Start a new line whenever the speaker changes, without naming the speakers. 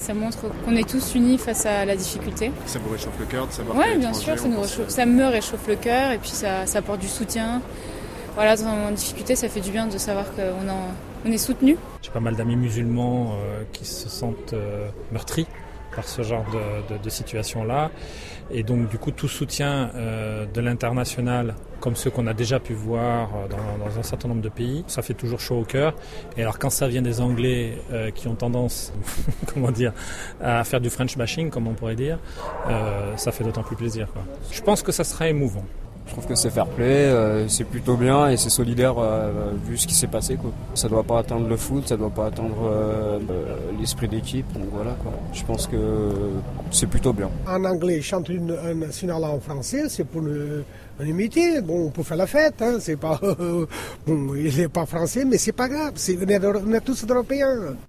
ça montre qu'on est tous unis face à la difficulté.
Ça vous réchauffe le cœur de savoir
Oui, bien sûr, ça me réchauffe le cœur et puis ça apporte du soutien. Voilà, dans un moment de difficulté, ça fait du bien de savoir qu'on est soutenu.
J'ai pas mal d'amis musulmans qui se sentent meurtris par ce genre de situation-là. Et donc, du coup, tout soutien de l'international, comme ceux qu'on a déjà pu voir dans un certain nombre de pays, ça fait toujours chaud au cœur. Et alors, quand ça vient des Anglais qui ont tendance, à faire du French bashing, comme on pourrait dire, ça fait d'autant plus plaisir, quoi. Je pense que ça sera émouvant.
Je trouve que c'est fair play, c'est plutôt bien et c'est solidaire vu ce qui s'est passé, quoi. Ça ne doit pas atteindre le foot, ça ne doit pas atteindre l'esprit d'équipe. Donc voilà, quoi. Je pense que c'est plutôt bien.
En anglais, il chante un national en français, c'est pour un imiter. Bon, pour faire la fête, hein, c'est pas bon, il n'est pas français, mais c'est pas grave. On est tous européens.